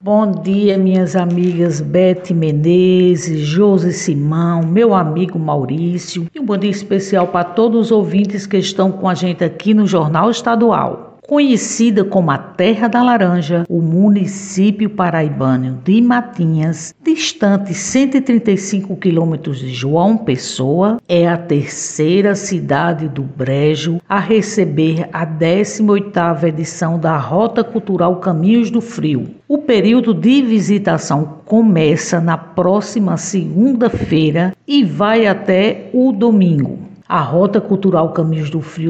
Bom dia, minhas amigas Beth Menezes, Josi Simão, meu amigo Maurício, e um bom dia especial para todos os ouvintes que estão com a gente aqui no Jornal Estadual. Conhecida como a Terra da Laranja, o município paraibano de Matinhas, distante 135 quilômetros de João Pessoa, é a terceira cidade do Brejo a receber a 18ª edição da Rota Cultural Caminhos do Frio. O período de visitação começa na próxima segunda-feira e vai até o domingo. A Rota Cultural Caminhos do Frio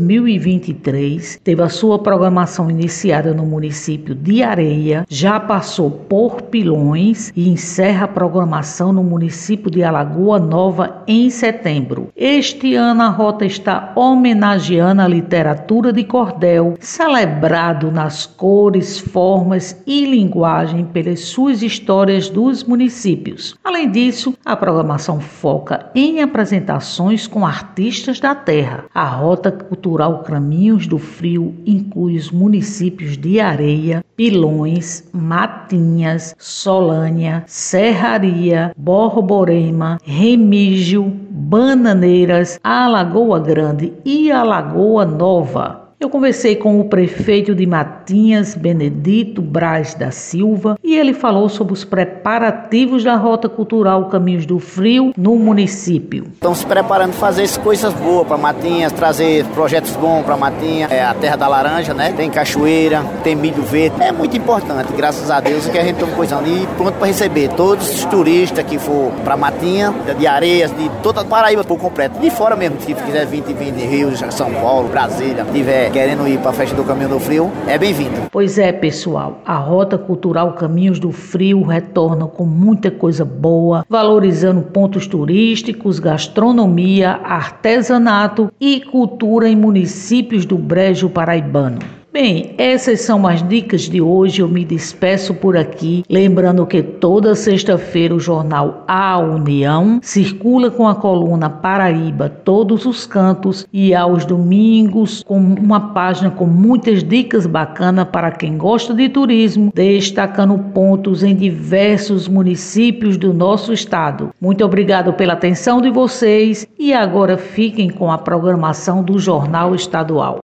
2023 teve a sua programação iniciada no município de Areia, já passou por Pilões e encerra a programação no município de Alagoa Nova em setembro. Este ano a rota está homenageando a literatura de cordel, celebrado nas cores, formas e linguagem pelas suas histórias dos municípios. Além disso, a programação foca em apresentações com artistas da terra. A Rota Cultural Caminhos do Frio inclui os municípios de Areia, Pilões, Matinhas, Solânia, Serraria, Borborema, Remígio, Bananeiras, Alagoa Grande e Alagoa Nova. Eu conversei com o prefeito de Matinhas, Benedito Braz da Silva, e ele falou sobre os preparativos da Rota Cultural Caminhos do Frio no município. Estão se preparando para fazer coisas boas para Matinhas, trazer projetos bons para Matinhas, a Terra da Laranja, né? Tem cachoeira, tem milho verde. É muito importante, graças a Deus, que a gente está coisando e pronto para receber todos os turistas que for para Matinhas, de Areias, de toda a Paraíba por completo. De fora mesmo, se quiser vir de Rio, São Paulo, Brasília, tiver querendo ir para a festa do Caminho do Frio, é bem-vindo. Pois é, pessoal, a Rota Cultural Caminhos do Frio retorna com muita coisa boa, valorizando pontos turísticos, gastronomia, artesanato e cultura em municípios do Brejo Paraibano. Bem, essas são as dicas de hoje. Eu me despeço por aqui, lembrando que toda sexta-feira o jornal A União circula com a coluna Paraíba Todos os Cantos e aos domingos com uma página com muitas dicas bacanas para quem gosta de turismo, destacando pontos em diversos municípios do nosso estado. Muito obrigado pela atenção de vocês e agora fiquem com a programação do Jornal Estadual.